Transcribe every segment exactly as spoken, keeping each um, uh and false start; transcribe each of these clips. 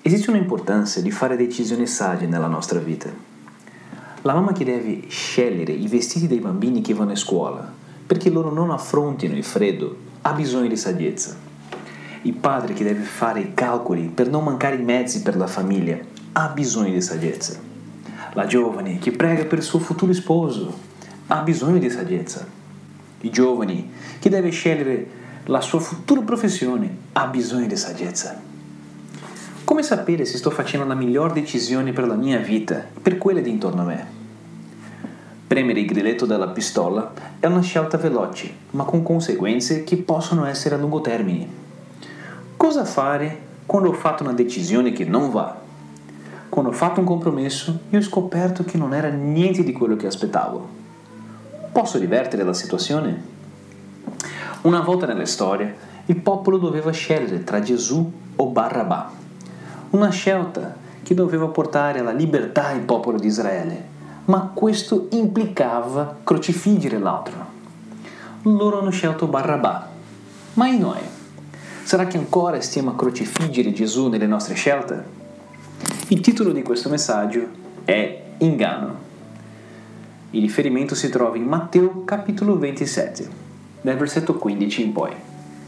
Esiste un'importanza di fare decisioni sagge nella nostra vita. La mamma che deve scegliere i vestiti dei bambini che vanno a scuola perché loro non affrontino il freddo ha bisogno di saggezza. Il padre che deve fare i calcoli per non mancare i mezzi per la famiglia ha bisogno di saggezza. La giovane che prega per il suo futuro sposo ha bisogno di saggezza. I giovani che deve scegliere la sua futura professione ha bisogno di saggezza. Come sapere se sto facendo la miglior decisione per la mia vita, per quelle di intorno a me? Premere il grilletto della pistola è una scelta veloce, ma con conseguenze che possono essere a lungo termine. Cosa fare quando ho fatto una decisione che non va? Quando ho fatto un compromesso e ho scoperto che non era niente di quello che aspettavo. Posso rivertere la situazione? Una volta nella storia, il popolo doveva scegliere tra Gesù o Barrabà. Una scelta che doveva portare alla libertà il popolo di Israele, ma questo implicava crocifiggere l'altro. Loro hanno scelto Barrabà. Ma e noi? Sarà che ancora stiamo a crocifiggere Gesù nelle nostre scelte? Il titolo di questo messaggio è Inganno. Il riferimento si trova in Matteo capitolo ventisette, dal versetto quindici in poi.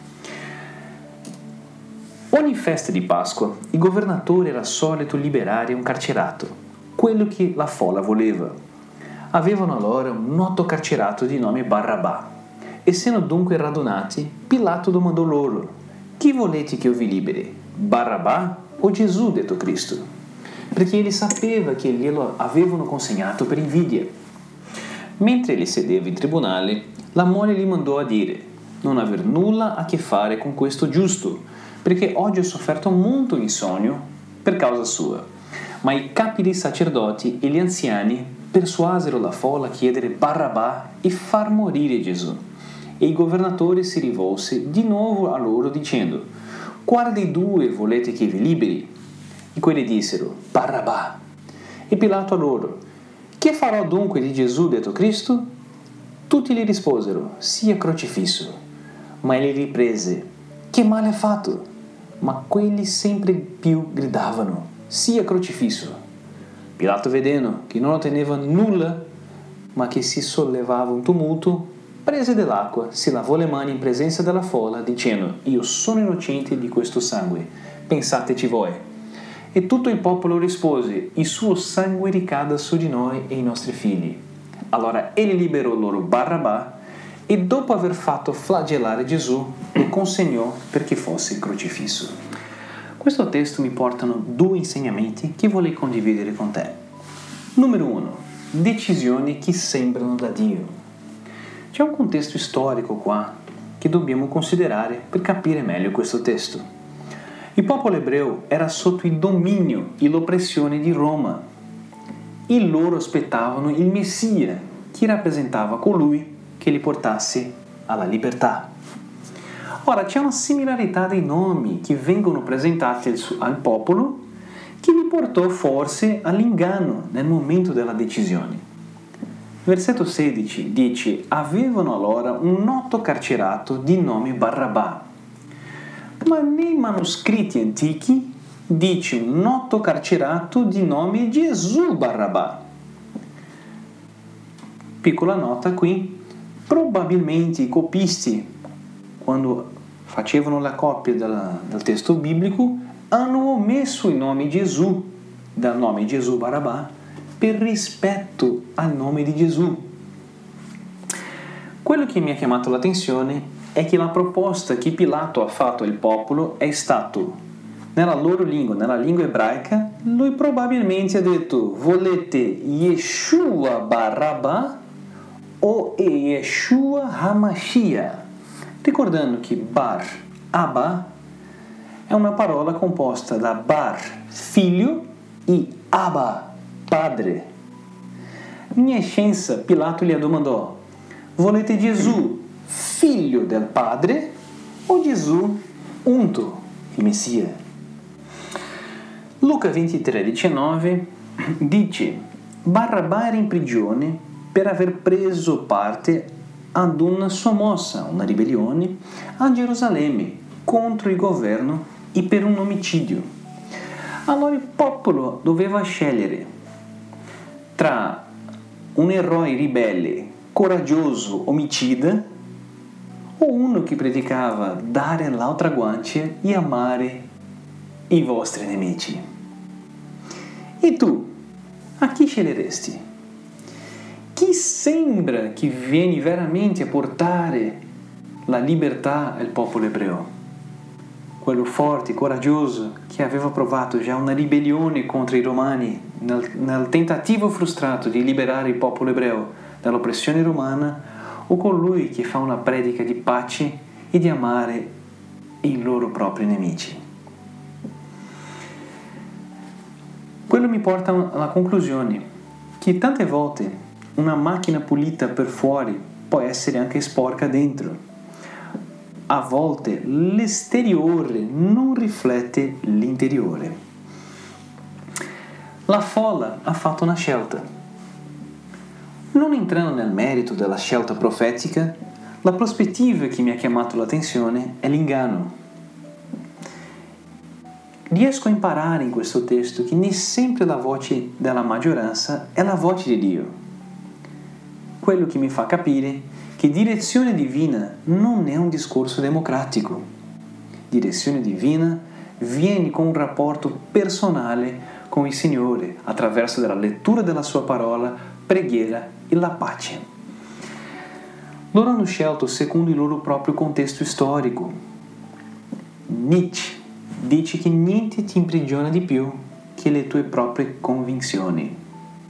Ogni festa di Pasqua il governatore era solito liberare un carcerato, quello che la folla voleva. Avevano allora un noto carcerato di nome Barrabà. Essendo dunque radunati, Pilato domandò loro: chi volete che io vi liberi? Barrabà o Gesù detto Cristo? Perché egli sapeva che glielo avevano consegnato per invidia. Mentre egli sedeva in tribunale, la moglie gli mandò a dire: non aver nulla a che fare con questo giusto, perché oggi ho sofferto molto insonno per causa sua. Ma i capi dei sacerdoti e gli anziani persuasero la folla a chiedere Barrabà e far morire Gesù. E il governatore si rivolse di nuovo a loro dicendo: quale dei due volete che vi liberi? E quelli dissero: Barrabà. E Pilato a loro: che farò dunque di Gesù detto Cristo? Tutti gli risposero: sia crocifisso. Ma egli riprese: che male ha fatto? Ma quelli sempre più gridavano: sia crocifisso. Pilato, vedendo che non otteneva nulla, ma che si sollevava un tumulto, prese dell'acqua, si lavò le mani in presenza della folla, dicendo: io sono innocente di questo sangue, pensateci voi. E tutto il popolo rispose: il suo sangue ricada su di noi e i nostri figli. Allora egli liberò loro Barrabà e dopo aver fatto flagellare Gesù lo consegnò perché fosse crocifisso. Questo testo mi portano due insegnamenti che voglio condividere con te. Numero uno: decisioni che sembrano da Dio. C'è un contesto storico qua che dobbiamo considerare per capire meglio questo testo. Il popolo ebreo era sotto il dominio e l'oppressione di Roma e loro aspettavano il Messia, che rappresentava colui che li portasse alla libertà. Ora c'è una similarità dei nomi che vengono presentati al popolo che li portò forse all'inganno nel momento della decisione. Versetto sedici dice: avevano allora un noto carcerato di nome Barrabà, ma nei manoscritti antichi dice un noto carcerato di nome Gesù Barrabà. Piccola nota qui: probabilmente i copisti, quando facevano la copia del, del testo biblico, hanno omesso il nome Gesù dal nome Gesù Barrabà per rispetto al nome di Gesù. Quello che mi ha chiamato l'attenzione è che la proposta che Pilato ha fatto al popolo è stato, nella loro lingua, nella lingua ebraica, lui probabilmente ha detto: volete Yeshua Barrabà o Yeshua HaMashiach? Ricordando che Bar Abba è una parola composta da Bar, figlio, e Abba, padre. In essenza, Pilato gli domandò: volete Gesù, figlio del padre, o Gesù, unto, il Messia? Luca ventitré diciannove dice: Barrabà era in prigione per aver preso parte ad una sommossa, una ribellione a Gerusalemme contro il governo e per un omicidio. Allora il popolo doveva scegliere tra un eroe ribelle, coraggioso, omicida, o uno che predicava dare l'altra guancia e amare i vostri nemici. E tu, a chi sceglieresti? Chi sembra che viene veramente a portare la libertà al popolo ebreo? Quello forte, coraggioso, che aveva provato già una ribellione contro i romani nel, nel tentativo frustrato di liberare il popolo ebreo dall'oppressione romana, o colui che fa una predica di pace e di amare i loro propri nemici? Quello mi porta alla conclusione che tante volte una macchina pulita per fuori può essere anche sporca dentro. A volte l'esteriore non riflette l'interiore. La folla ha fatto una scelta. Non entrando nel merito della scelta profetica, la prospettiva che mi ha chiamato l'attenzione è l'inganno. Riesco a imparare in questo testo che nem sempre la voce della maggioranza è la voce di Dio. Quello che mi fa capire che direzione divina non è un discorso democratico. Direzione divina viene con un rapporto personale con il Signore attraverso la lettura della sua parola, preghiera e la pace. Loro hanno scelto secondo il loro proprio contesto storico. Nietzsche dice che niente ti imprigiona di più che le tue proprie convinzioni.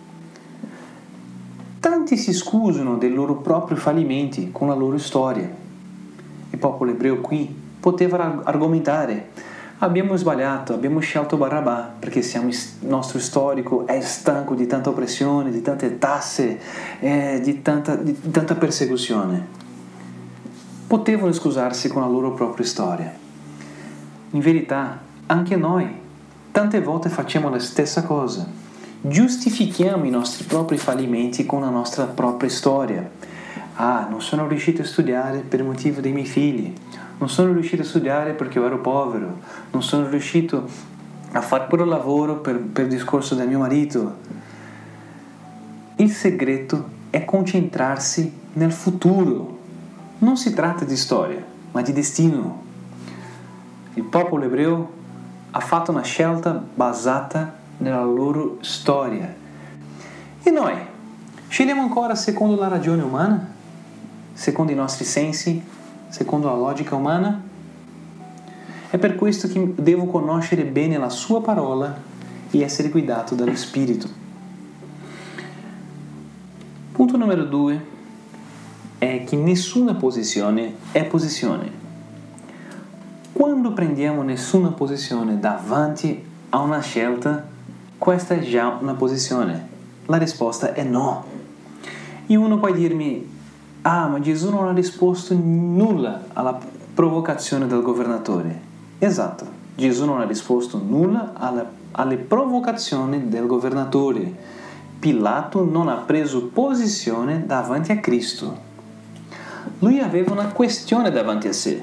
Tanti si scusano dei loro propri fallimenti con la loro storia. Il popolo ebreo qui poteva argomentare: abbiamo sbagliato, abbiamo scelto Barabà perché siamo, il nostro storico è stanco di tanta oppressione, di tante tasse, eh, di, tanta, di tanta persecuzione. Potevano scusarsi con la loro propria storia. In verità, anche noi tante volte facciamo la stessa cosa. Giustifichiamo i nostri propri fallimenti con la nostra propria storia. Ah, non sono riuscito a studiare per il motivo dei miei figli. Non sono riuscito a studiare perché io ero povero. Non sono riuscito a fare quello lavoro per, per il discorso del mio marito. Il segreto è concentrarsi nel futuro. Non si tratta di storia, ma di destino. Il popolo ebreo ha fatto una scelta basata nella loro storia. E noi scegliamo ancora secondo la ragione umana? Secondo i nostri sensi? Secondo la logica umana? È per questo che devo conoscere bene la sua parola e essere guidato dallo Spirito. Punto numero due è che nessuna posizione è posizione. Quando prendiamo nessuna posizione davanti a una scelta, questa è già una posizione. La risposta è no. E uno può dirmi: ah, ma Gesù non ha risposto nulla alla provocazione del governatore. Esatto, Gesù non ha risposto nulla alla, alle provocazioni del governatore. Pilato non ha preso posizione davanti a Cristo. Lui aveva una questione davanti a sé.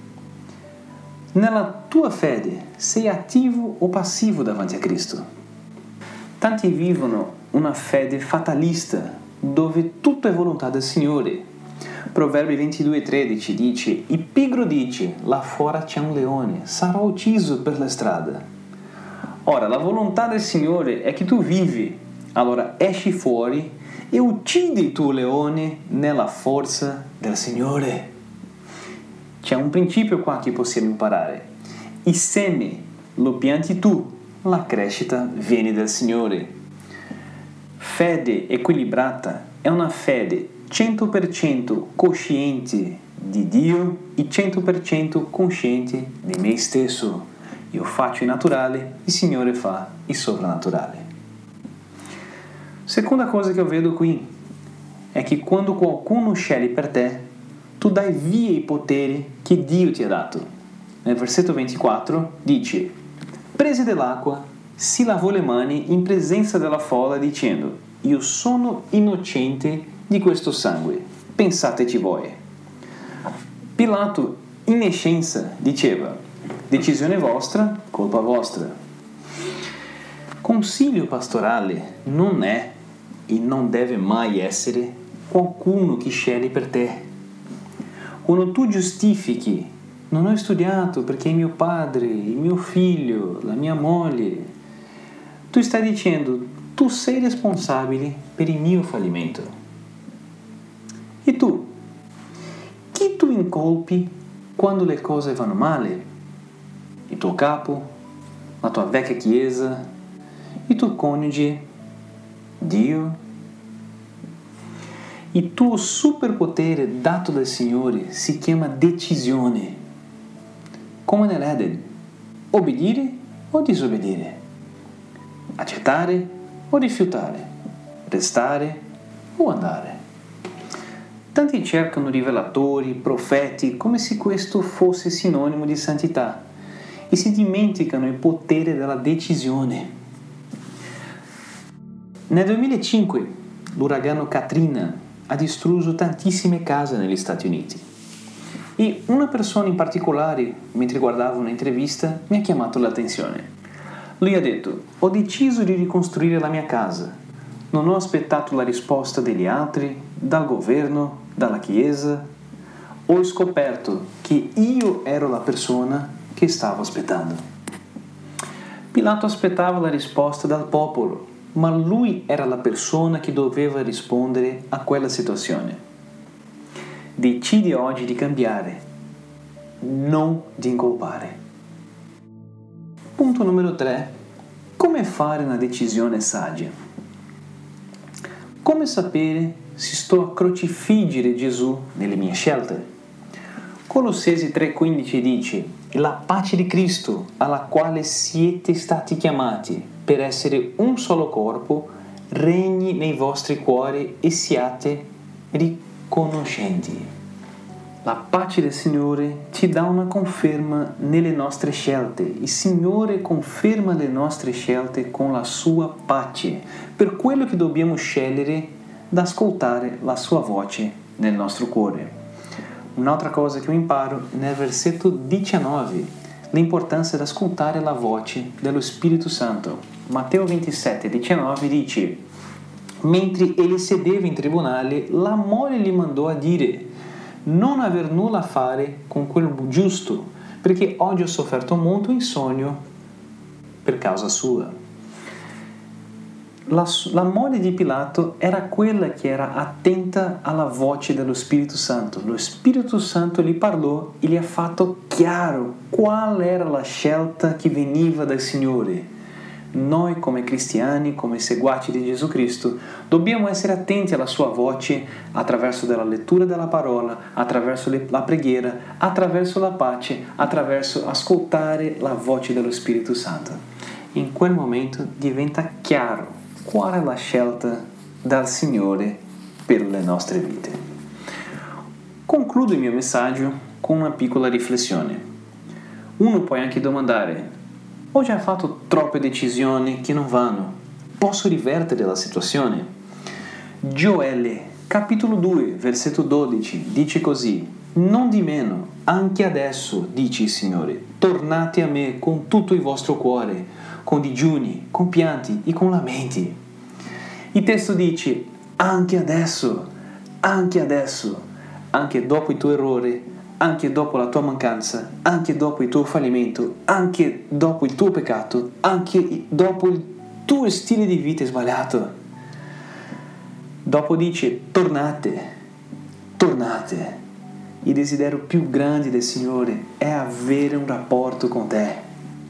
Nella tua fede sei attivo o passivo davanti a Cristo? Tanti vivono una fede fatalista, dove tutto è volontà del Signore. Proverbi ventidue tredici dice: il pigro dice, là fuori c'è un leone, sarò ucciso per la strada. Ora, la volontà del Signore è che tu vivi, allora esci fuori e uccidi il tuo leone nella forza del Signore. C'è un principio qua che possiamo imparare. Il seme lo pianti tu, la crescita viene dal Signore. Fede equilibrata è una fede cento per cento cosciente di Dio e cento per cento cosciente di me stesso. Io faccio il naturale, il Signore fa il sovrannaturale. Seconda cosa che eu vedo qui è che quando qualcuno sceglie per te, tu dai via i poteri che Dio ti ha dato. Nel versetto ventiquattro dice: prese dell'acqua, si lavò le mani in presenza della folla dicendo: io sono innocente di questo sangue, pensateci voi. Pilato, in essenza, diceva: decisione vostra, colpa vostra. Consiglio pastorale non è e non deve mai essere qualcuno che sceglie per te. Quando tu giustifichi, non ho studiato perché mio padre, il mio figlio, la mia moglie, tu stai dicendo, tu sei responsabile per il mio fallimento. E tu? Chi tu incolpi quando le cose vanno male? Il tuo capo? La tua vecchia chiesa? Il tuo coniuge? Dio? Il tuo superpotere dato dal Signore si chiama decisione. Come nell'Eden, obbedire o disobbedire, accettare o rifiutare, restare o andare. Tanti cercano rivelatori, profeti, come se questo fosse sinonimo di santità e si dimenticano il potere della decisione. Nel duemilacinque l'uragano Katrina ha distrutto tantissime case negli Stati Uniti e una persona in particolare, mentre guardavo un'intervista, mi ha chiamato l'attenzione. Lui ha detto: ho deciso di ricostruire la mia casa, non ho aspettato la risposta degli altri, dal governo, dalla chiesa, ho scoperto che io ero la persona che stavo aspettando. Pilato aspettava la risposta dal popolo, ma lui era la persona che doveva rispondere a quella situazione. Decidi oggi di cambiare, non di incolpare. Punto numero tre. Come fare una decisione saggia? Come sapere se sto a crocifiggere Gesù nelle mie scelte? Colossesi tre quindici dice: la pace di Cristo, alla quale siete stati chiamati per essere un solo corpo, regni nei vostri cuori e siate riconoscenti. La pace del Signore ci dà una conferma nelle nostre scelte. Il Signore conferma le nostre scelte con la sua pace, per quello che dobbiamo scegliere da ascoltare la sua voce nel nostro cuore. Un'altra cosa che io imparo nel versetto diciannove, l'importanza di ascoltare la voce dello Spirito Santo. Matteo ventisette diciannove dice: mentre egli sedeva in tribunale, la moglie gli mandò a dire: non aver nulla a fare con quel giusto, perché oggi ho sofferto molto in sogno per causa sua. La, la moglie di Pilato era quella che era attenta alla voce dello Spirito Santo. Lo Spirito Santo gli parlò e gli ha fatto chiaro qual era la scelta che veniva dal Signore. Noi come cristiani, come seguaci di Gesù Cristo, dobbiamo essere attenti alla sua voce attraverso la lettura della parola, attraverso la preghiera, attraverso la pace, attraverso ascoltare la voce dello Spirito Santo. In quel momento diventa chiaro qual è la scelta dal Signore per le nostre vite. Concludo il mio messaggio con una piccola riflessione. Uno può anche domandare: ho già fatto troppe decisioni che non vanno, posso rivertere la situazione? Gioele, capitolo due, versetto dodici, dice così: non di meno, anche adesso, dice il Signore, tornate a me con tutto il vostro cuore, con digiuni, con pianti e con lamenti. Il testo dice: anche adesso, anche adesso, anche dopo il tuo errore, anche dopo la tua mancanza, anche dopo il tuo fallimento, anche dopo il tuo peccato, anche dopo il tuo stile di vita sbagliato. Dopo dice: tornate, tornate. Il desiderio più grande del Signore è avere un rapporto con te.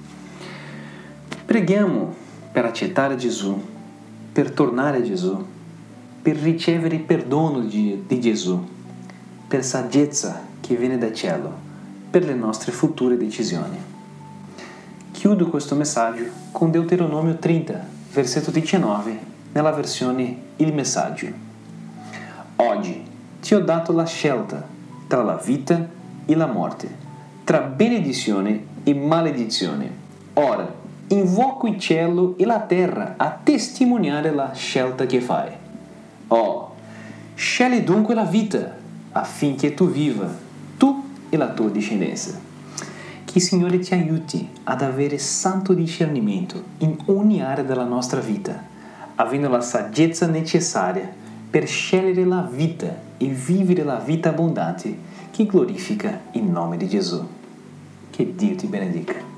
Preghiamo per accettare Gesù, per tornare a Gesù, per ricevere il perdono di, di Gesù, per saggezza che viene dal cielo, per le nostre future decisioni. Chiudo questo messaggio con Deuteronomio trenta, versetto diciannove, nella versione Il Messaggio. Oggi ti ho dato la scelta tra la vita e la morte, tra benedizione e maledizione. Ora invoco il cielo e la terra a testimoniare la scelta che fai. Oh, scegli dunque la vita affinché tu viva, tu e la tua discendenza. Che il Signore ti aiuti ad avere santo discernimento in ogni area della nostra vita, avendo la saggezza necessaria per scegliere la vita e vivere la vita abbondante che glorifica il nome di Gesù. Che Dio ti benedica.